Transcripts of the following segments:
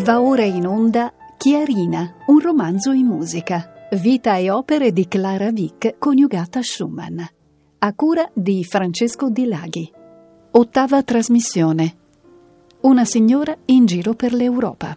Va ora in onda Chiarina, un romanzo in musica. Vita e opere di Clara Wieck coniugata a Schumann. A cura di Francesco Di Laghi. 8ª trasmissione. Una signora in giro per l'Europa.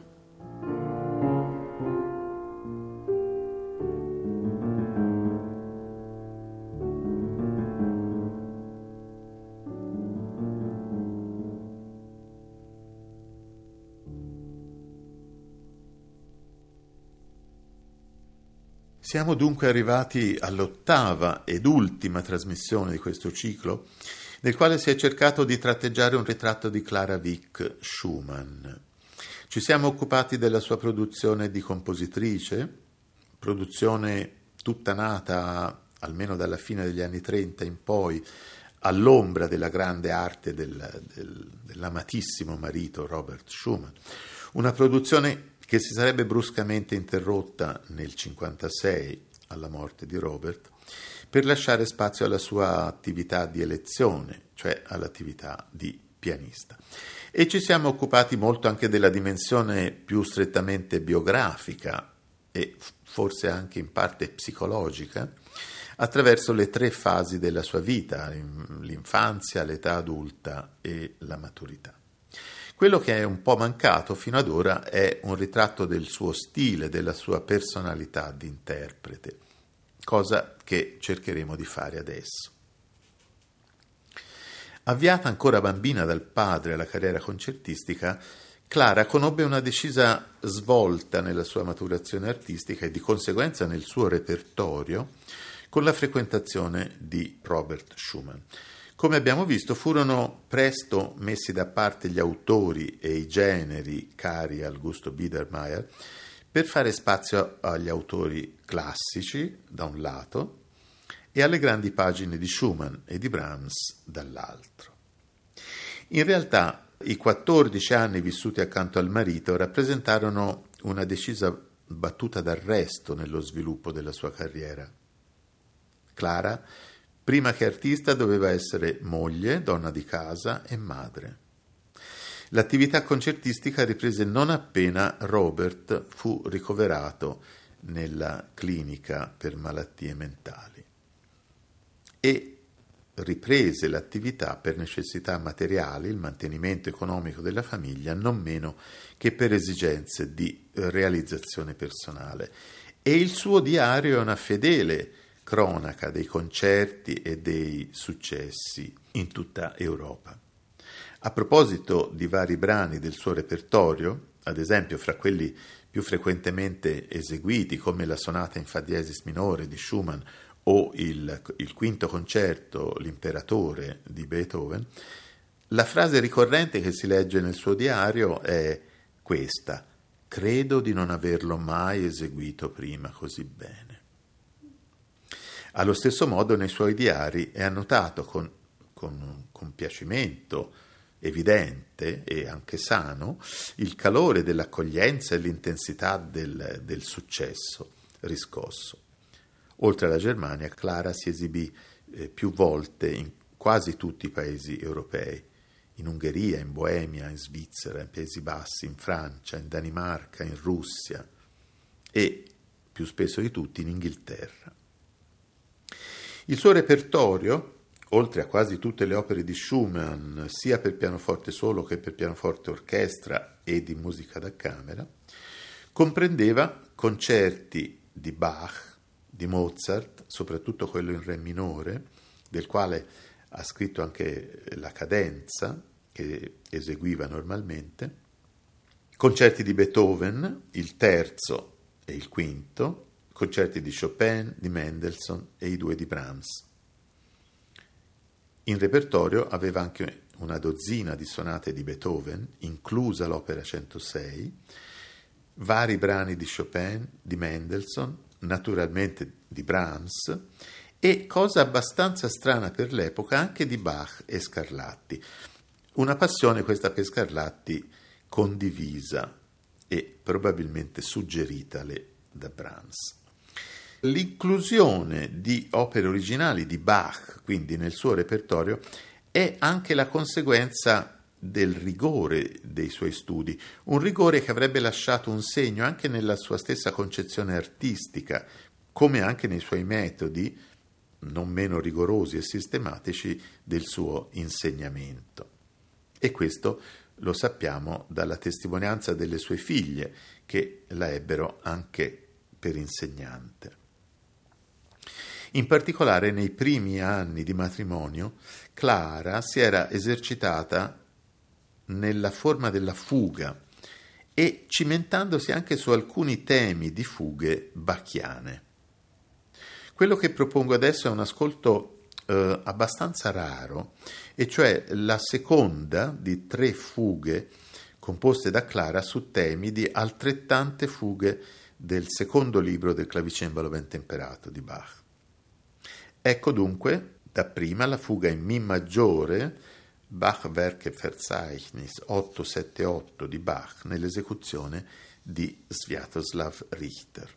Siamo dunque arrivati all'8ª ed ultima trasmissione di questo ciclo, nel quale si è cercato di tratteggiare un ritratto di Clara Wieck Schumann. Ci siamo occupati della sua produzione di compositrice, produzione tutta nata almeno dalla fine degli anni 30 in poi, all'ombra della grande arte dell'amatissimo marito Robert Schumann. Una produzione che si sarebbe bruscamente interrotta nel 1956, alla morte di Robert, per lasciare spazio alla sua attività di elezione, cioè all'attività di pianista. E ci siamo occupati molto anche della dimensione più strettamente biografica e forse anche in parte psicologica, attraverso le 3 fasi della sua vita, l'infanzia, l'età adulta e la maturità. Quello che è un po' mancato fino ad ora è un ritratto del suo stile, della sua personalità di interprete, cosa che cercheremo di fare adesso. Avviata ancora bambina dal padre alla carriera concertistica, Clara conobbe una decisa svolta nella sua maturazione artistica e di conseguenza nel suo repertorio con la frequentazione di Robert Schumann. Come abbiamo visto, furono presto messi da parte gli autori e i generi cari al gusto Biedermeier per fare spazio agli autori classici, da un lato, e alle grandi pagine di Schumann e di Brahms, dall'altro. In realtà, i 14 anni vissuti accanto al marito rappresentarono una decisa battuta d'arresto nello sviluppo della sua carriera. Clara, prima che artista, doveva essere moglie, donna di casa e madre. L'attività concertistica riprese non appena Robert fu ricoverato nella clinica per malattie mentali e riprese l'attività per necessità materiali, il mantenimento economico della famiglia, non meno che per esigenze di realizzazione personale. E il suo diario è una fedele cronaca dei concerti e dei successi in tutta Europa. A proposito di vari brani del suo repertorio, ad esempio fra quelli più frequentemente eseguiti come la sonata in fa diesis minore di Schumann o il quinto concerto, l'Imperatore di Beethoven, la frase ricorrente che si legge nel suo diario è questa: credo di non averlo mai eseguito prima così bene. Allo stesso modo nei suoi diari è annotato con un compiacimento evidente e anche sano il calore dell'accoglienza e l'intensità del successo riscosso. Oltre alla Germania, Clara si esibì più volte in quasi tutti i paesi europei, in Ungheria, in Boemia, in Svizzera, in Paesi Bassi, in Francia, in Danimarca, in Russia e, più spesso di tutti, in Inghilterra. Il suo repertorio, oltre a quasi tutte le opere di Schumann, sia per pianoforte solo che per pianoforte orchestra e di musica da camera, comprendeva concerti di Bach, di Mozart, soprattutto quello in re minore, del quale ha scritto anche la cadenza che eseguiva normalmente, concerti di Beethoven, il terzo e il quinto, concerti di Chopin, di Mendelssohn e i 2 di Brahms. In repertorio aveva anche una dozzina di sonate di Beethoven, inclusa l'opera 106, vari brani di Chopin, di Mendelssohn, naturalmente di Brahms e, cosa abbastanza strana per l'epoca, anche di Bach e Scarlatti. Una passione questa per Scarlatti condivisa e probabilmente suggeritale da Brahms. L'inclusione di opere originali di Bach, quindi nel suo repertorio, è anche la conseguenza del rigore dei suoi studi, un rigore che avrebbe lasciato un segno anche nella sua stessa concezione artistica, come anche nei suoi metodi, non meno rigorosi e sistematici, del suo insegnamento. E questo lo sappiamo dalla testimonianza delle sue figlie, che la ebbero anche per insegnante. In particolare nei primi anni di matrimonio, Clara si era esercitata nella forma della fuga e cimentandosi anche su alcuni temi di fughe bacchiane. Quello che propongo adesso è un ascolto abbastanza raro, e cioè la seconda di 3 fughe composte da Clara su temi di altrettante fughe del secondo libro del Clavicembalo ben temperato di Bach. Ecco dunque dapprima la fuga in Mi maggiore, Bach-Werke-Verzeichnis 878 di Bach, nell'esecuzione di Sviatoslav Richter.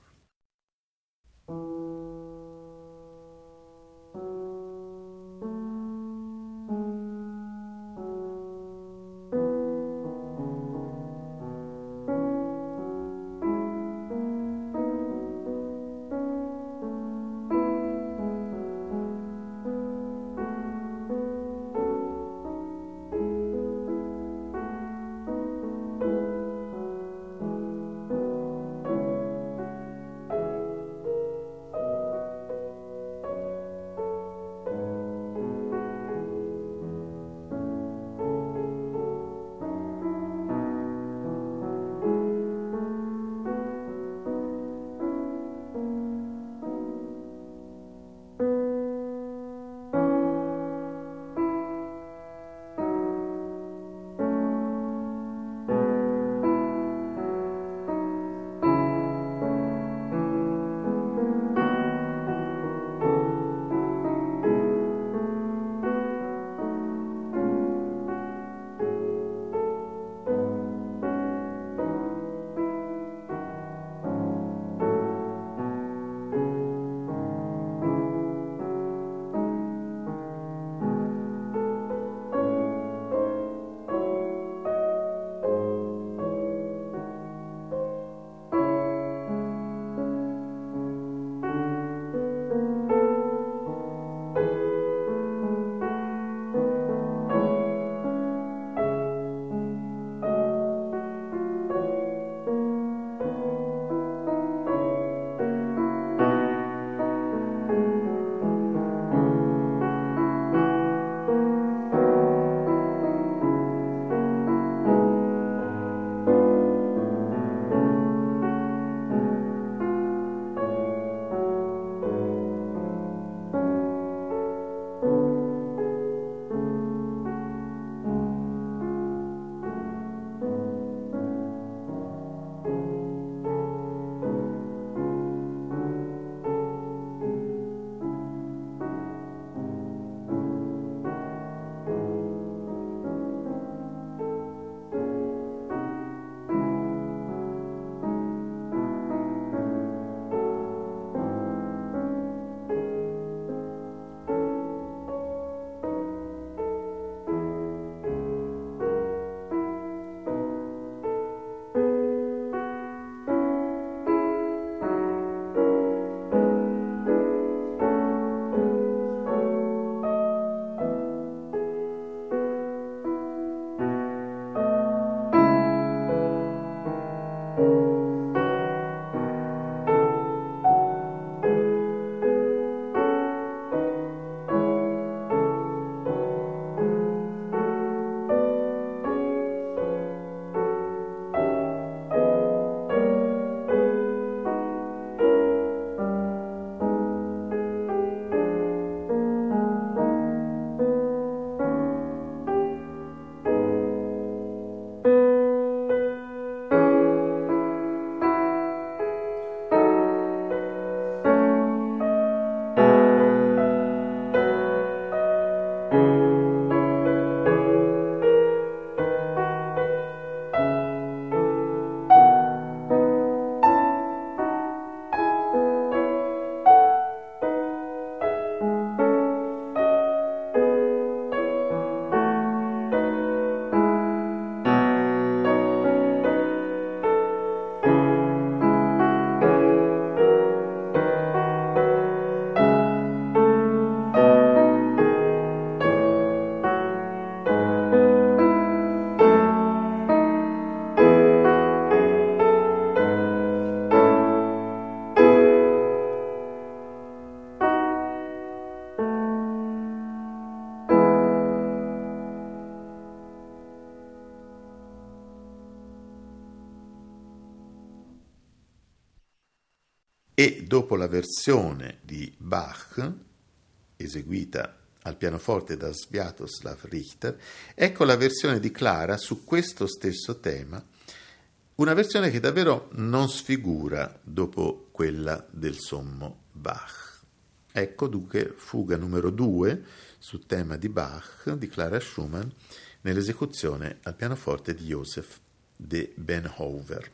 e dopo la versione di Bach, eseguita al pianoforte da Sviatoslav Richter, ecco la versione di Clara su questo stesso tema, una versione che davvero non sfigura dopo quella del sommo Bach. Ecco dunque fuga numero 2 sul tema di Bach di Clara Schumann nell'esecuzione al pianoforte di Joseph de Benhover.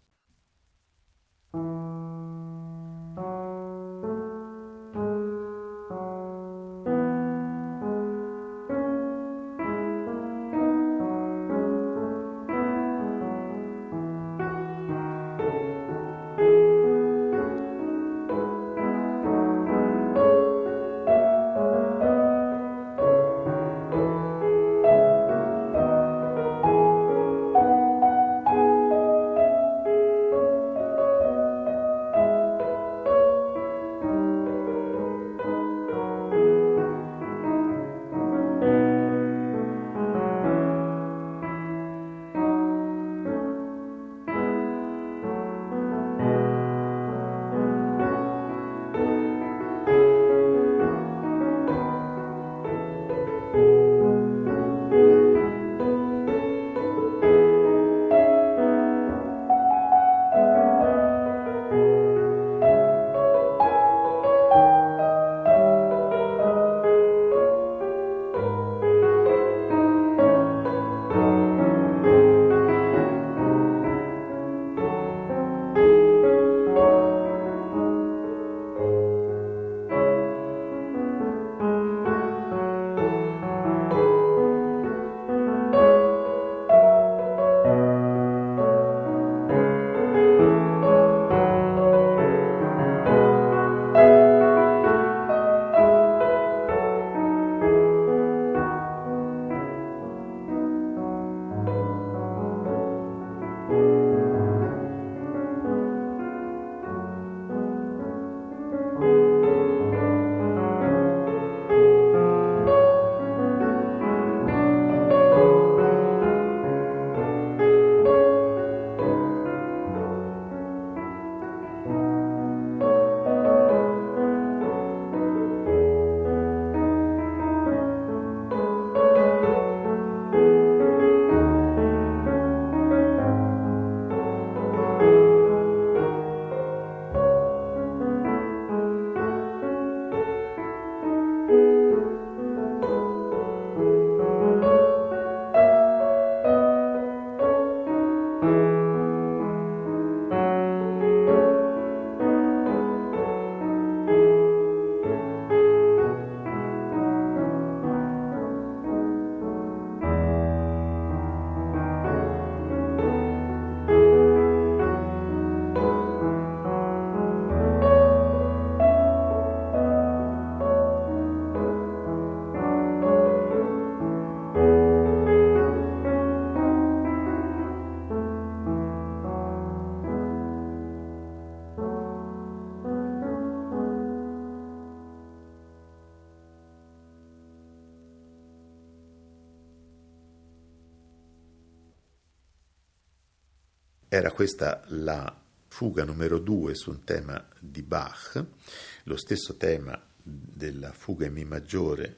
Era questa la fuga numero 2 su un tema di Bach, lo stesso tema della fuga in Mi maggiore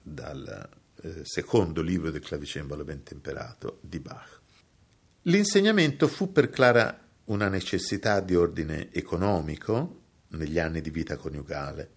dal secondo libro del clavicembalo ben temperato di Bach. L'insegnamento fu per Clara una necessità di ordine economico negli anni di vita coniugale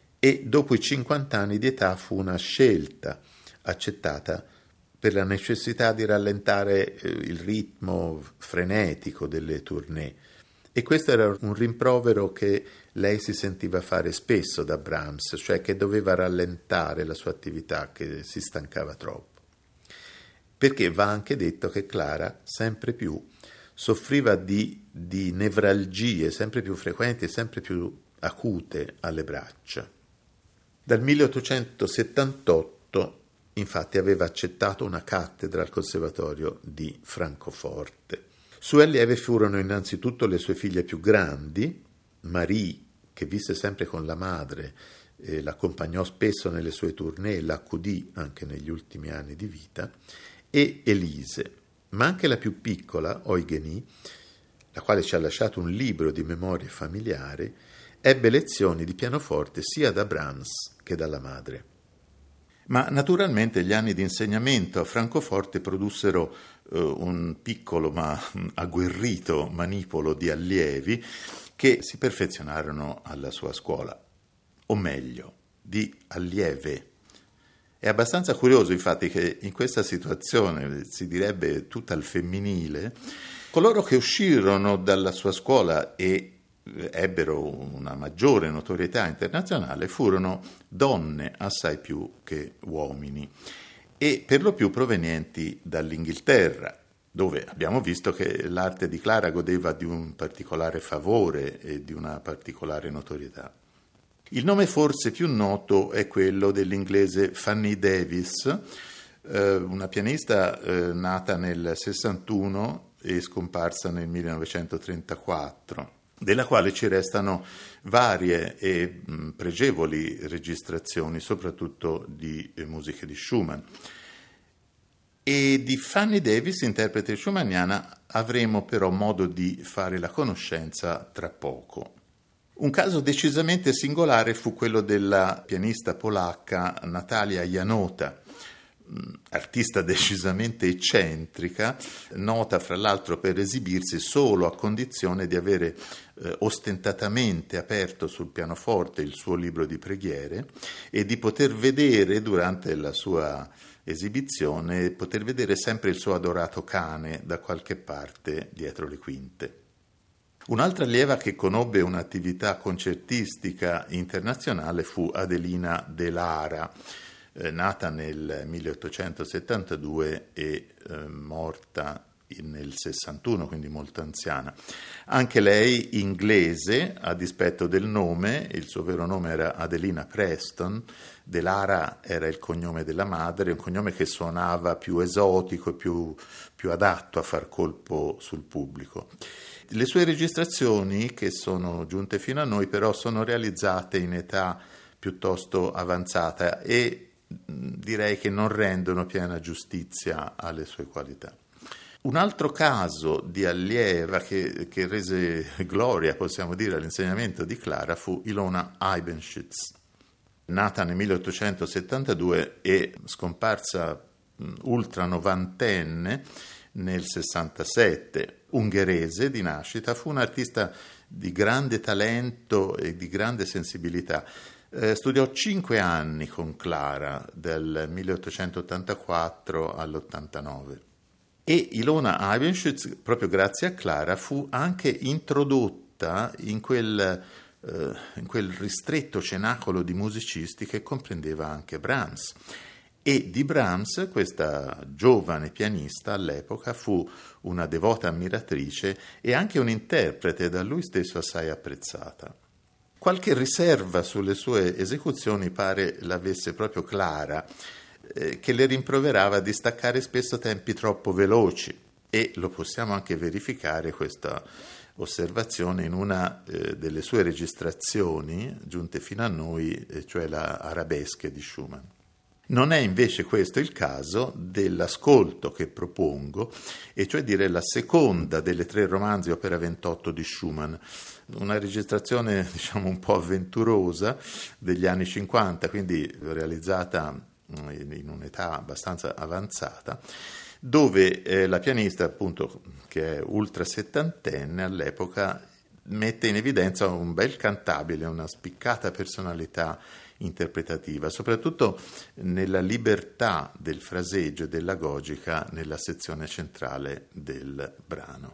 e dopo i 50 anni di età fu una scelta accettata per la necessità di rallentare il ritmo frenetico delle tournée. E questo era un rimprovero che lei si sentiva fare spesso da Brahms, cioè che doveva rallentare la sua attività, che si stancava troppo. Perché va anche detto che Clara sempre più soffriva di nevralgie sempre più frequenti e sempre più acute alle braccia. Dal 1878 infatti aveva accettato una cattedra al Conservatorio di Francoforte. Sue allieve furono innanzitutto le sue figlie più grandi, Marie, che visse sempre con la madre, l'accompagnò spesso nelle sue tournée, l'accudì anche negli ultimi anni di vita, e Elise, ma anche la più piccola, Eugénie, la quale ci ha lasciato un libro di memorie familiari, ebbe lezioni di pianoforte sia da Brahms che dalla madre. Ma naturalmente gli anni di insegnamento a Francoforte produssero un piccolo ma agguerrito manipolo di allievi che si perfezionarono alla sua scuola, o meglio, di allieve. È abbastanza curioso infatti che in questa situazione, si direbbe tutta al femminile, coloro che uscirono dalla sua scuola e ebbero una maggiore notorietà internazionale furono donne assai più che uomini e per lo più provenienti dall'Inghilterra, dove abbiamo visto che l'arte di Clara godeva di un particolare favore e di una particolare notorietà. Il nome forse più noto è quello dell'inglese Fanny Davis, una pianista nata nel 61 e scomparsa nel 1934, della quale ci restano varie e pregevoli registrazioni, soprattutto di musiche di Schumann. E di Fanny Davis, interprete schumanniana, avremo però modo di fare la conoscenza tra poco. Un caso decisamente singolare fu quello della pianista polacca Natalia Janota, artista decisamente eccentrica, nota fra l'altro per esibirsi solo a condizione di avere ostentatamente aperto sul pianoforte il suo libro di preghiere e di poter vedere durante la sua esibizione, poter vedere sempre il suo adorato cane da qualche parte dietro le quinte. Un'altra allieva che conobbe un'attività concertistica internazionale fu Adelina De Lara, nata nel 1872 e morta nel 61, quindi molto anziana. Anche lei inglese, a dispetto del nome, il suo vero nome era Adelina Preston, De Lara era il cognome della madre, un cognome che suonava più esotico e più adatto a far colpo sul pubblico. Le sue registrazioni, che sono giunte fino a noi, però sono realizzate in età piuttosto avanzata e direi che non rendono piena giustizia alle sue qualità. Un altro caso di allieva che rese gloria, possiamo dire, all'insegnamento di Clara fu Ilona Eibenschitz, nata nel 1872 e scomparsa ultra novantenne nel 67, ungherese di nascita, fu un'artista di grande talento e di grande sensibilità. Studiò 5 anni con Clara, dal 1884 all'89. E Ilona Eibenschitz, proprio grazie a Clara, fu anche introdotta in quel ristretto cenacolo di musicisti che comprendeva anche Brahms. E di Brahms, questa giovane pianista all'epoca, fu una devota ammiratrice e anche un'interprete da lui stesso assai apprezzata. Qualche riserva sulle sue esecuzioni pare l'avesse proprio Clara, che le rimproverava di staccare spesso tempi troppo veloci, e lo possiamo anche verificare questa osservazione in una delle sue registrazioni giunte fino a noi, cioè la Arabesche di Schumann. Non è invece questo il caso dell'ascolto che propongo, e cioè dire la seconda delle 3 romanzi opera 28 di Schumann, una registrazione diciamo un po' avventurosa degli anni 50, quindi realizzata in un'età abbastanza avanzata, dove la pianista, appunto, che è ultra settantenne all'epoca, mette in evidenza un bel cantabile, una spiccata personalità interpretativa, soprattutto nella libertà del fraseggio e dell'agogica nella sezione centrale del brano.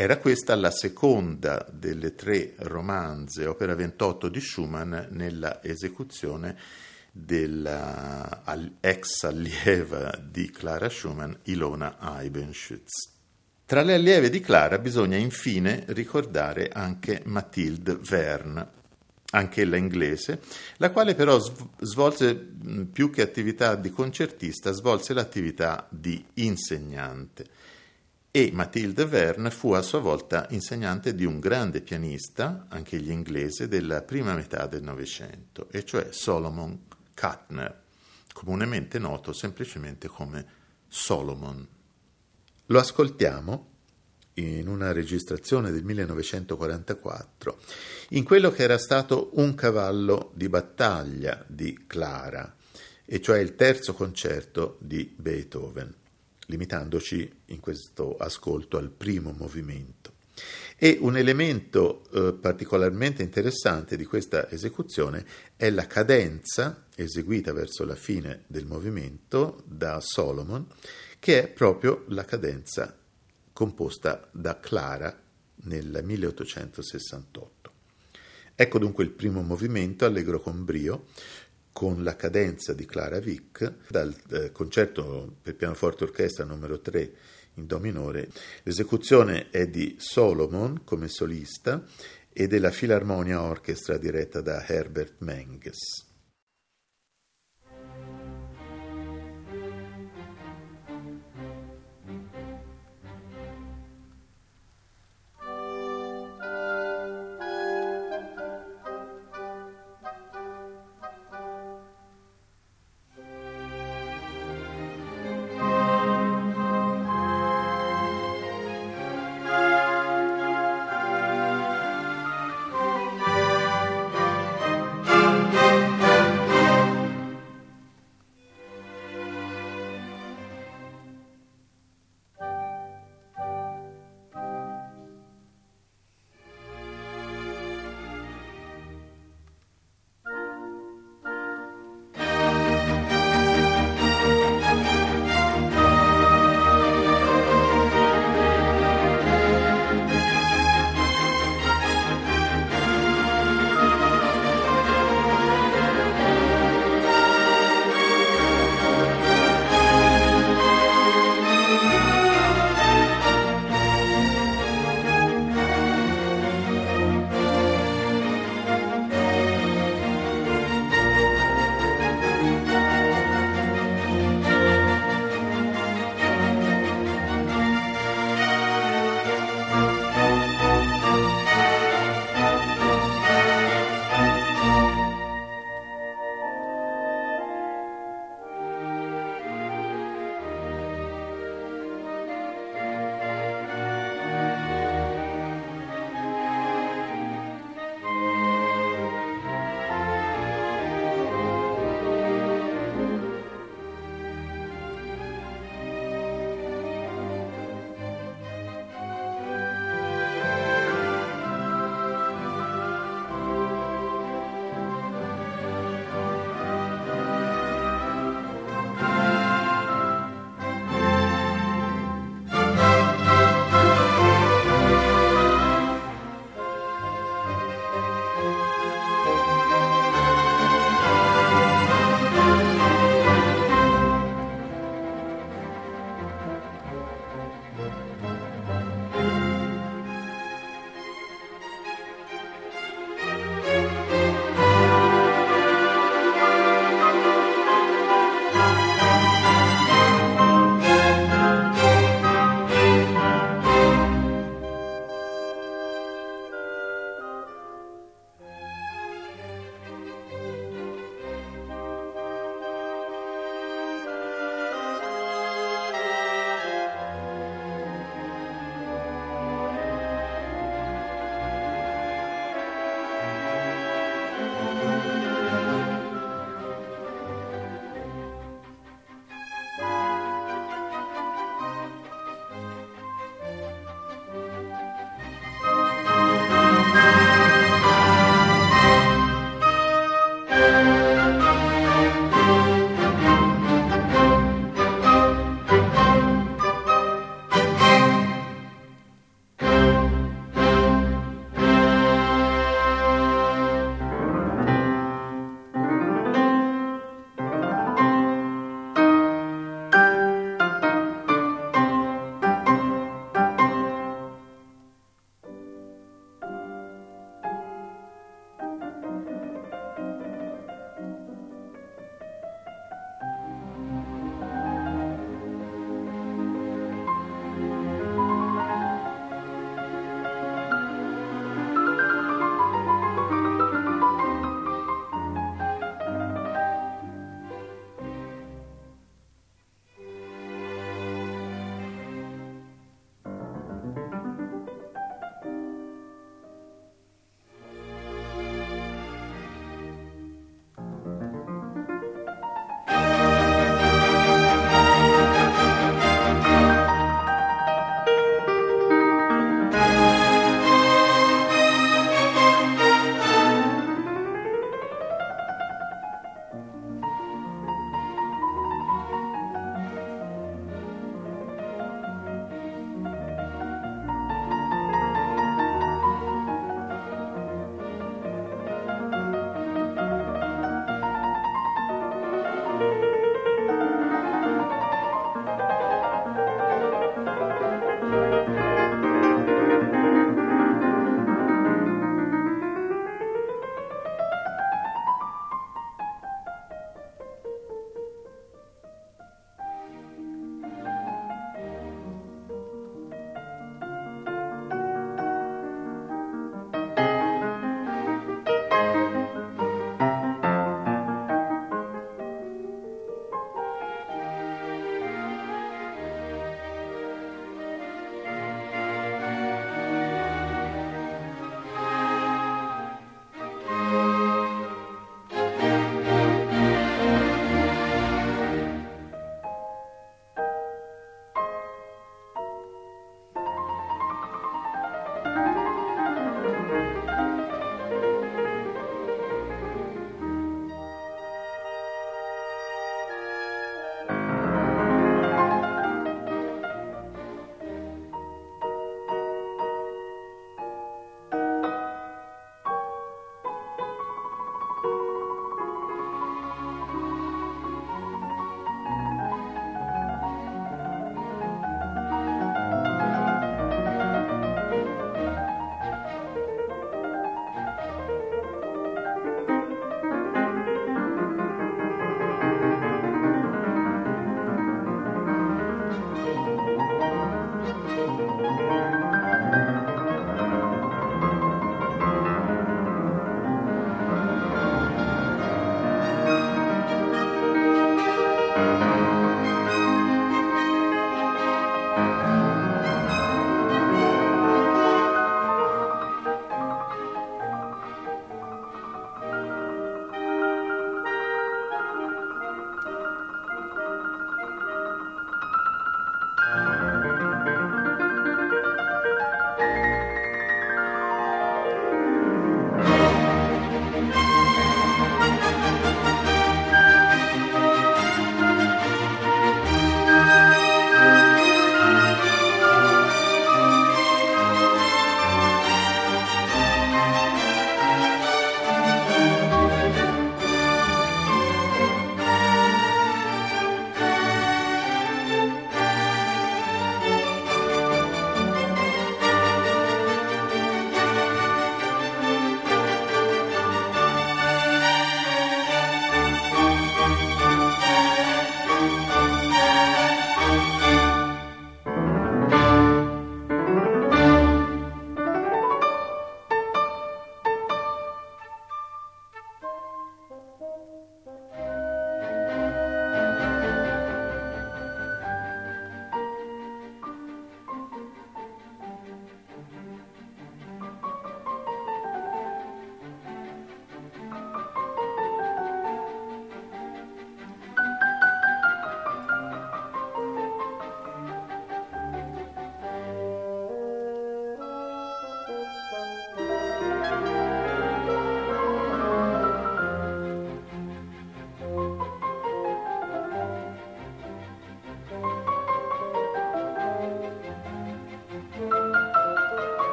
Era questa la seconda delle 3 romanze, opera 28 di Schumann, nella esecuzione della ex allieva di Clara Schumann, Ilona Eibenschütz. Tra le allieve di Clara bisogna infine ricordare anche Mathilde Verne, anch'ella inglese, la quale però svolse più che attività di concertista, svolse l'attività di insegnante. E Mathilde Verne fu a sua volta insegnante di un grande pianista, anch'egli inglese, della prima metà del Novecento, e cioè Solomon Kuttner, comunemente noto semplicemente come Solomon. Lo ascoltiamo in una registrazione del 1944, in quello che era stato un cavallo di battaglia di Clara, e cioè il terzo concerto di Beethoven, limitandoci in questo ascolto al primo movimento. E un elemento particolarmente interessante di questa esecuzione è la cadenza eseguita verso la fine del movimento da Solomon, che è proprio la cadenza composta da Clara nel 1868. Ecco dunque il primo movimento, allegro con brio, con la cadenza di Clara Wieck, dal concerto per pianoforte orchestra numero 3 in do minore. L'esecuzione è di Solomon come solista e della Filarmonia Orchestra diretta da Herbert Menges.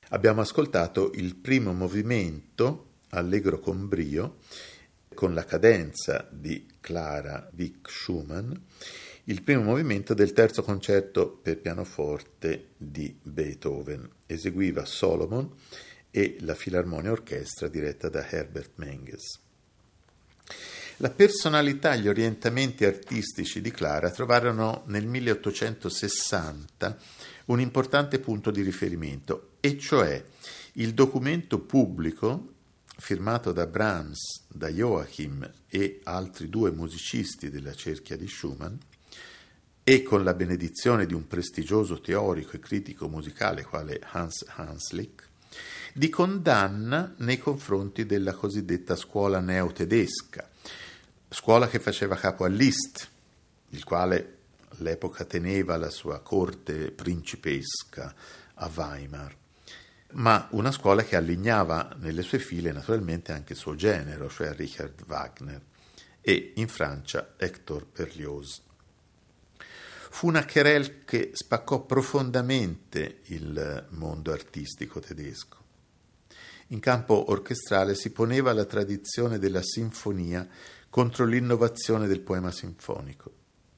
Abbiamo ascoltato il primo movimento, allegro con brio, con la cadenza di Clara Wieck-Schumann, il primo movimento del terzo concerto per pianoforte di Beethoven. Eseguiva Solomon e la Filarmonia Orchestra diretta da Herbert Menges. La personalità e gli orientamenti artistici di Clara trovarono nel 1860 un importante punto di riferimento, e cioè il documento pubblico firmato da Brahms, da Joachim e altri 2 musicisti della cerchia di Schumann, e con la benedizione di un prestigioso teorico e critico musicale quale Hans Hanslick, di condanna nei confronti della cosiddetta scuola neotedesca, scuola che faceva capo a Liszt, il quale all'epoca teneva la sua corte principesca a Weimar, ma una scuola che allignava nelle sue file naturalmente anche il suo genero, cioè Richard Wagner, e in Francia Hector Berlioz. Fu una querelle che spaccò profondamente il mondo artistico tedesco. In campo orchestrale si poneva la tradizione della sinfonia contro l'innovazione del poema sinfonico.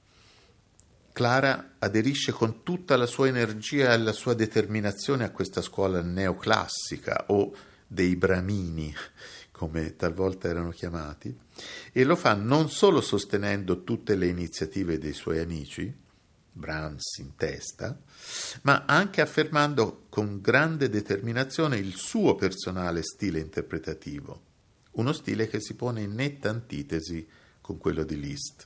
Clara aderisce con tutta la sua energia e la sua determinazione a questa scuola neoclassica o dei Bramini, come talvolta erano chiamati, e lo fa non solo sostenendo tutte le iniziative dei suoi amici, Brahms in testa, ma anche affermando con grande determinazione il suo personale stile interpretativo, uno stile che si pone in netta antitesi con quello di Liszt.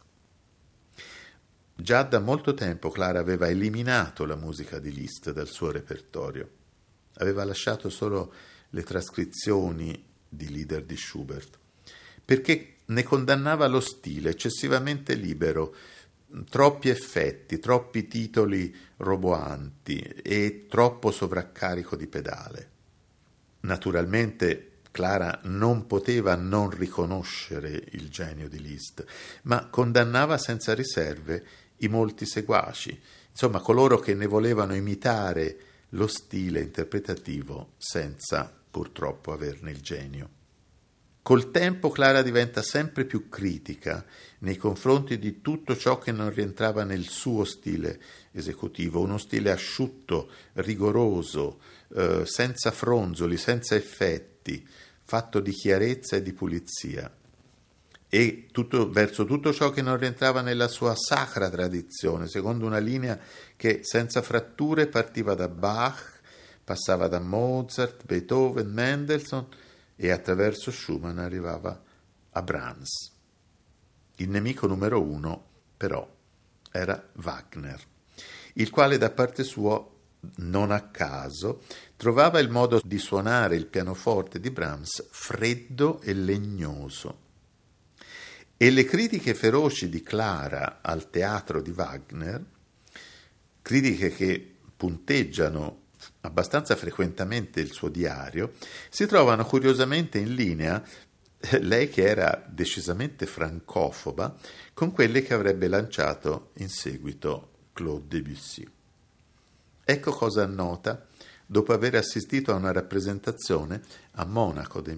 Già da molto tempo Clara aveva eliminato la musica di Liszt dal suo repertorio. Aveva lasciato solo le trascrizioni di lieder di Schubert, perché ne condannava lo stile eccessivamente libero, troppi effetti, troppi titoli roboanti e troppo sovraccarico di pedale. Naturalmente Clara non poteva non riconoscere il genio di Liszt, ma condannava senza riserve i molti seguaci, insomma coloro che ne volevano imitare lo stile interpretativo senza purtroppo averne il genio. Col tempo Clara diventa sempre più critica nei confronti di tutto ciò che non rientrava nel suo stile esecutivo, uno stile asciutto, rigoroso, senza fronzoli, senza effetti, fatto di chiarezza e di pulizia. E verso tutto ciò che non rientrava nella sua sacra tradizione, secondo una linea che senza fratture partiva da Bach, passava da Mozart, Beethoven, Mendelssohn e attraverso Schumann arrivava a Brahms. Il nemico numero 1, però, era Wagner, il quale da parte sua, non a caso, trovava il modo di suonare il pianoforte di Brahms freddo e legnoso. E le critiche feroci di Clara al teatro di Wagner, critiche che punteggiano abbastanza frequentemente il suo diario, si trovano curiosamente in linea, lei che era decisamente francofoba, con quelle che avrebbe lanciato in seguito Claude Debussy. Ecco cosa annota dopo aver assistito a una rappresentazione a Monaco del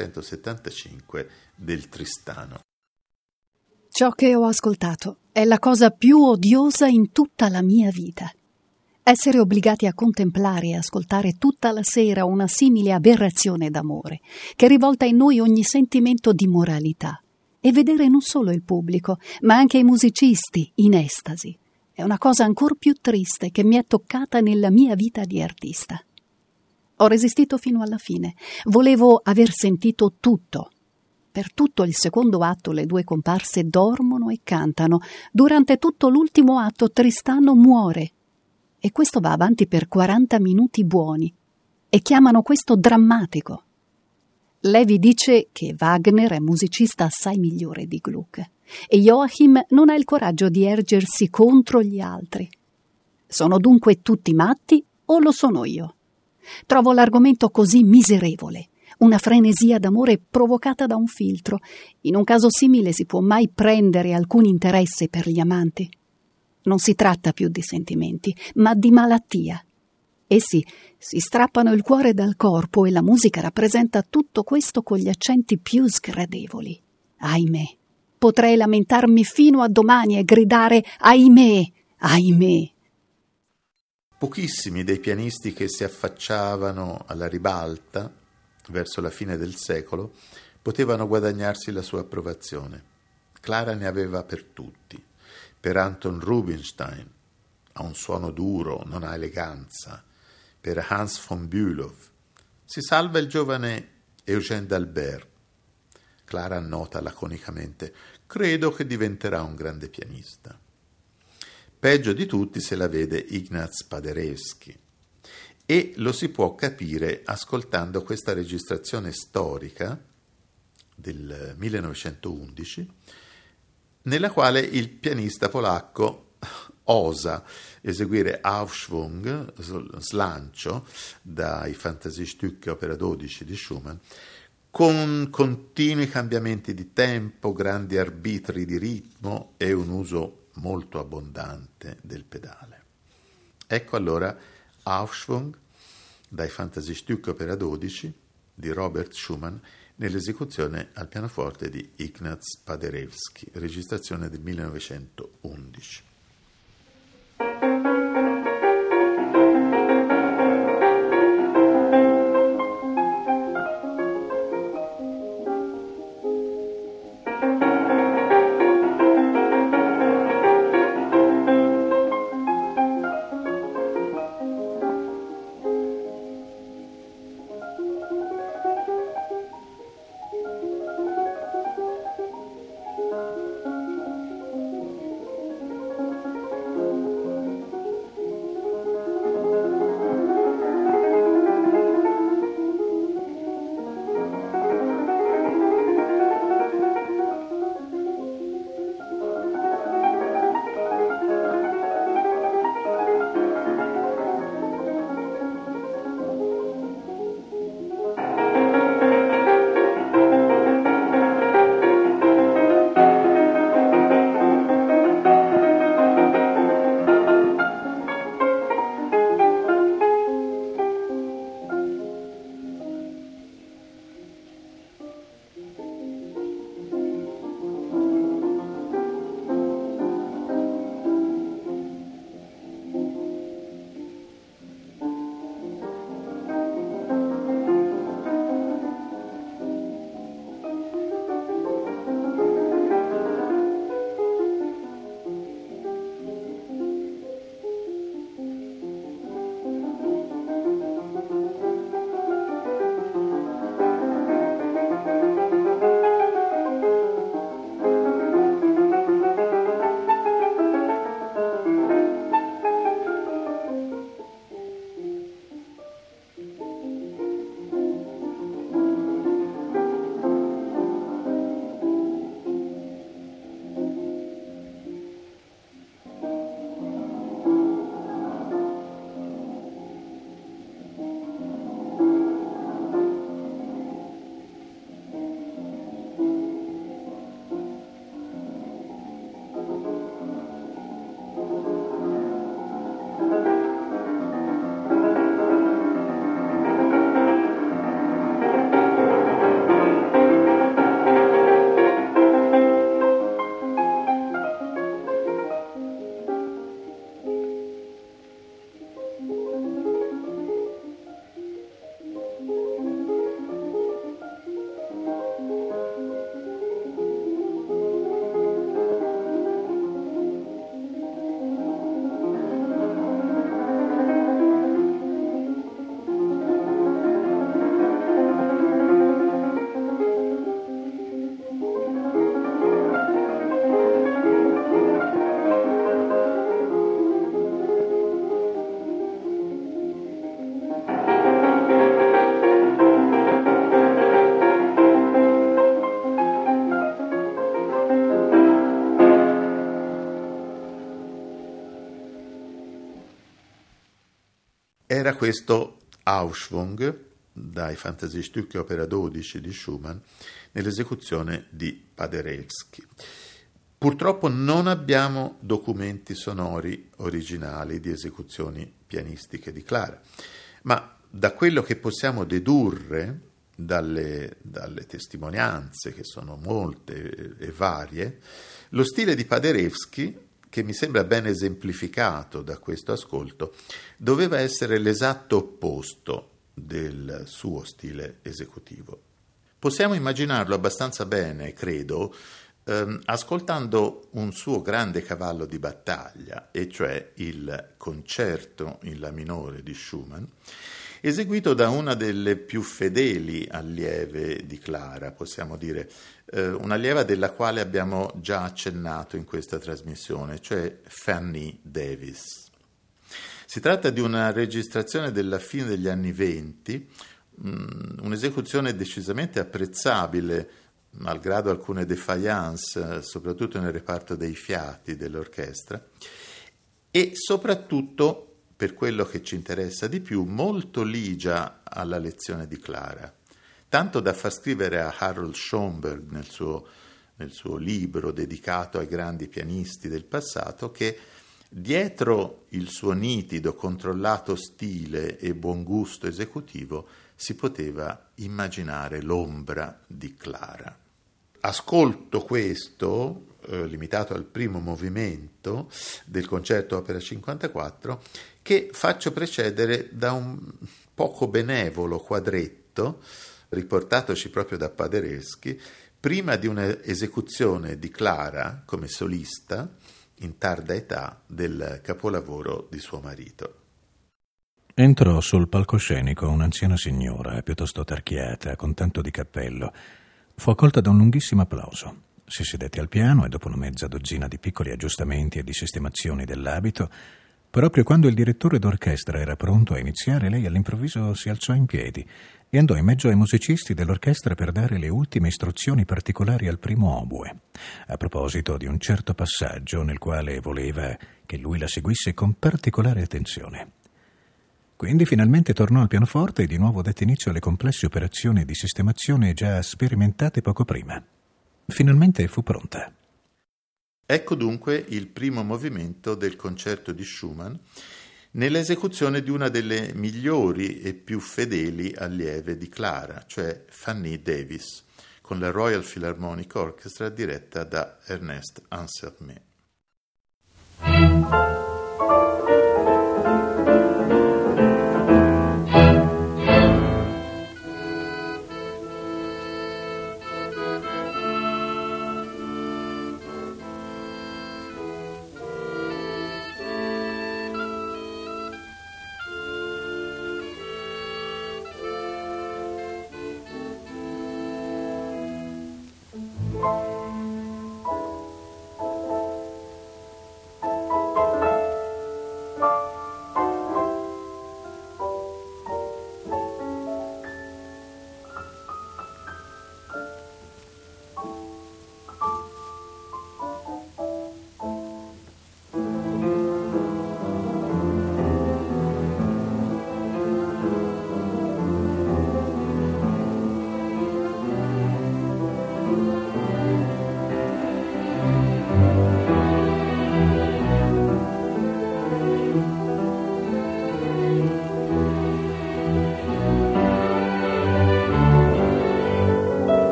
1875 del Tristano. Ciò che ho ascoltato è la cosa più odiosa in tutta la mia vita. Essere obbligati a contemplare e ascoltare tutta la sera una simile aberrazione d'amore, che rivolta in noi ogni sentimento di moralità, e vedere non solo il pubblico, ma anche i musicisti in estasi, è una cosa ancor più triste che mi è toccata nella mia vita di artista. Ho resistito fino alla fine, volevo aver sentito tutto. Per tutto il secondo atto le 2 comparse dormono e cantano, durante tutto l'ultimo atto Tristano muore, e questo va avanti per 40 minuti buoni, e chiamano questo drammatico. Levi dice che Wagner è musicista assai migliore di Gluck, e Joachim non ha il coraggio di ergersi contro gli altri. Sono dunque tutti matti o lo sono io? Trovo l'argomento così miserevole, una frenesia d'amore provocata da un filtro. In un caso simile si può mai prendere alcun interesse per gli amanti? Non si tratta più di sentimenti, ma di malattia. Essi si strappano il cuore dal corpo e la musica rappresenta tutto questo con gli accenti più sgradevoli. Ahimè, potrei lamentarmi fino a domani e gridare ahimè, ahimè. Pochissimi dei pianisti che si affacciavano alla ribalta verso la fine del secolo potevano guadagnarsi la sua approvazione. Clara ne aveva per tutti. Per Anton Rubinstein ha un suono duro, non ha eleganza. Per Hans von Bülow si salva il giovane Eugène d'Albert. Clara annota laconicamente: credo che diventerà un grande pianista. Peggio di tutti se la vede Ignaz Paderewski, e lo si può capire ascoltando questa registrazione storica del 1911, nella quale il pianista polacco osa eseguire Aufschwung, slancio, dai Fantasiestücke opera 12 di Schumann, con continui cambiamenti di tempo, grandi arbitri di ritmo e un uso molto abbondante del pedale. Ecco allora Aufschwung dai Fantasiestücke opera 12 di Robert Schumann nell'esecuzione al pianoforte di Ignaz Paderewski, registrazione del 1911. Era questo Aufschwung dai Fantasiestücke opera 12 di Schumann nell'esecuzione di Paderewski. Purtroppo non abbiamo documenti sonori originali di esecuzioni pianistiche di Clara, ma da quello che possiamo dedurre dalle testimonianze, che sono molte e varie, lo stile di Paderewski, che mi sembra ben esemplificato da questo ascolto, doveva essere l'esatto opposto del suo stile esecutivo. Possiamo immaginarlo abbastanza bene, credo, ascoltando un suo grande cavallo di battaglia, e cioè il concerto in La minore di Schumann, eseguito da una delle più fedeli allieve di Clara, possiamo dire, un'allieva della quale abbiamo già accennato in questa trasmissione, cioè Fanny Davis. Si tratta di una registrazione della fine degli anni '20, un'esecuzione decisamente apprezzabile, malgrado alcune défaillance, soprattutto nel reparto dei fiati dell'orchestra, e soprattutto, per quello che ci interessa di più, molto ligia alla lezione di Clara, tanto da far scrivere a Harold Schoenberg nel suo libro dedicato ai grandi pianisti del passato che dietro il suo nitido, controllato stile e buon gusto esecutivo si poteva immaginare l'ombra di Clara. Ascolto questo, limitato al primo movimento del concerto opera 54, che faccio precedere da un poco benevolo quadretto, riportatoci proprio da Paderewski, prima di un'esecuzione di Clara come solista, in tarda età, del capolavoro di suo marito. Entrò sul palcoscenico un'anziana signora, piuttosto tarchiata, con tanto di cappello. Fu accolta da un lunghissimo applauso. Si sedette al piano e dopo una mezza dozzina di piccoli aggiustamenti e di sistemazioni dell'abito, proprio quando il direttore d'orchestra era pronto a iniziare, lei all'improvviso si alzò in piedi e andò in mezzo ai musicisti dell'orchestra per dare le ultime istruzioni particolari al primo oboe, a proposito di un certo passaggio nel quale voleva che lui la seguisse con particolare attenzione. Quindi finalmente tornò al pianoforte e di nuovo dette inizio alle complesse operazioni di sistemazione già sperimentate poco prima. Finalmente fu pronta. Ecco dunque il primo movimento del concerto di Schumann nell'esecuzione di una delle migliori e più fedeli allieve di Clara, cioè Fanny Davis, con la Royal Philharmonic Orchestra diretta da Ernest Ansermet.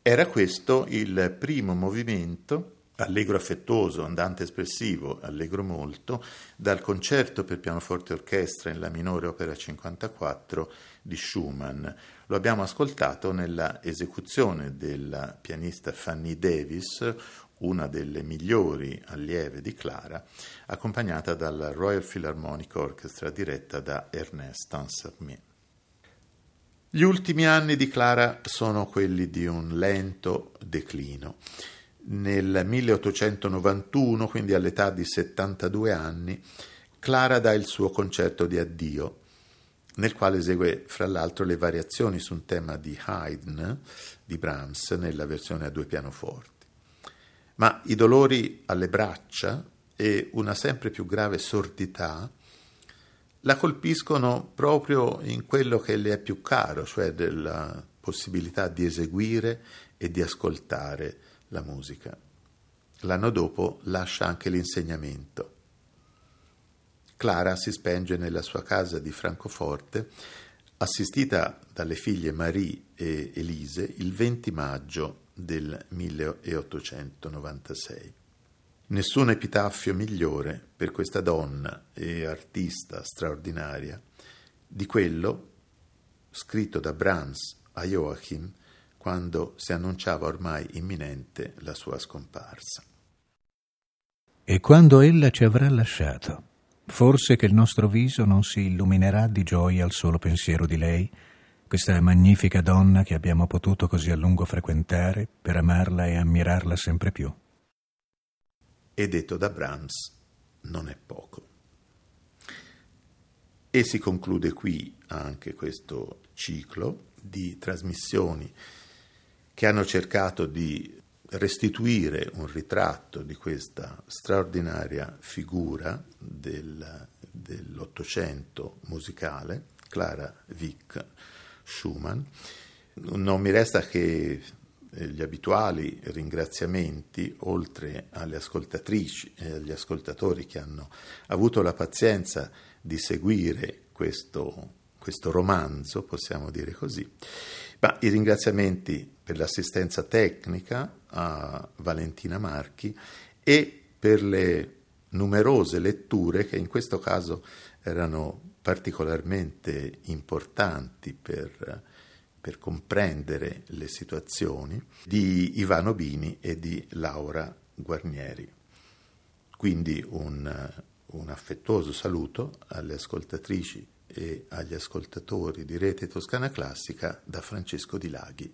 Era questo il primo movimento, allegro affettuoso, andante espressivo, allegro molto, dal concerto per pianoforte e orchestra in La minore opera 54 di Schumann. Lo abbiamo ascoltato nella esecuzione della pianista Fanny Davis, una delle migliori allieve di Clara, accompagnata dalla Royal Philharmonic Orchestra diretta da Ernest Ansermet. Gli ultimi anni di Clara sono quelli di un lento declino. Nel 1891, quindi all'età di 72 anni, Clara dà il suo concerto di addio, nel quale esegue fra l'altro le variazioni su un tema di Haydn, di Brahms, nella versione a 2 pianoforti. Ma i dolori alle braccia e una sempre più grave sordità la colpiscono proprio in quello che le è più caro, cioè della possibilità di eseguire e di ascoltare la musica. L'anno dopo lascia anche l'insegnamento. Clara si spenge nella sua casa di Francoforte, assistita dalle figlie Marie e Elise il 20 maggio del 1896. Nessun epitaffio migliore per questa donna e artista straordinaria di quello scritto da Brahms a Joachim quando si annunciava ormai imminente la sua scomparsa. E quando ella ci avrà lasciato, forse che il nostro viso non si illuminerà di gioia al solo pensiero di lei, questa magnifica donna che abbiamo potuto così a lungo frequentare per amarla e ammirarla sempre più. E detto da Brahms non è poco. E si conclude qui anche questo ciclo di trasmissioni che hanno cercato di restituire un ritratto di questa straordinaria figura dell'Ottocento musicale, Clara Wieck Schumann. Non mi resta che gli abituali ringraziamenti, oltre alle ascoltatrici e agli ascoltatori che hanno avuto la pazienza di seguire questo romanzo, possiamo dire così, ma i ringraziamenti per l'assistenza tecnica a Valentina Marchi e per le numerose letture che in questo caso erano particolarmente importanti per comprendere le situazioni, di Ivano Bini e di Laura Guarnieri. Quindi un affettuoso saluto alle ascoltatrici e agli ascoltatori di Rete Toscana Classica da Francesco Di Laghi.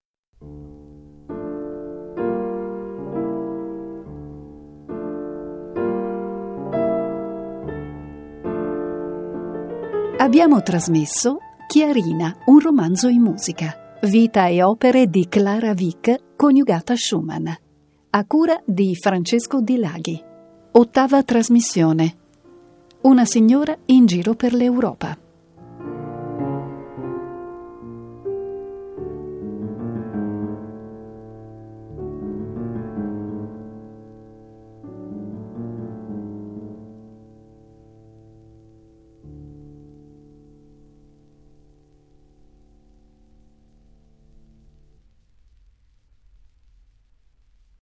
Abbiamo trasmesso Chiarina, un romanzo in musica. Vita e opere di Clara Wieck coniugata a Schumann. A cura di Francesco Di Laghi. 8ª trasmissione. Una signora in giro per l'Europa.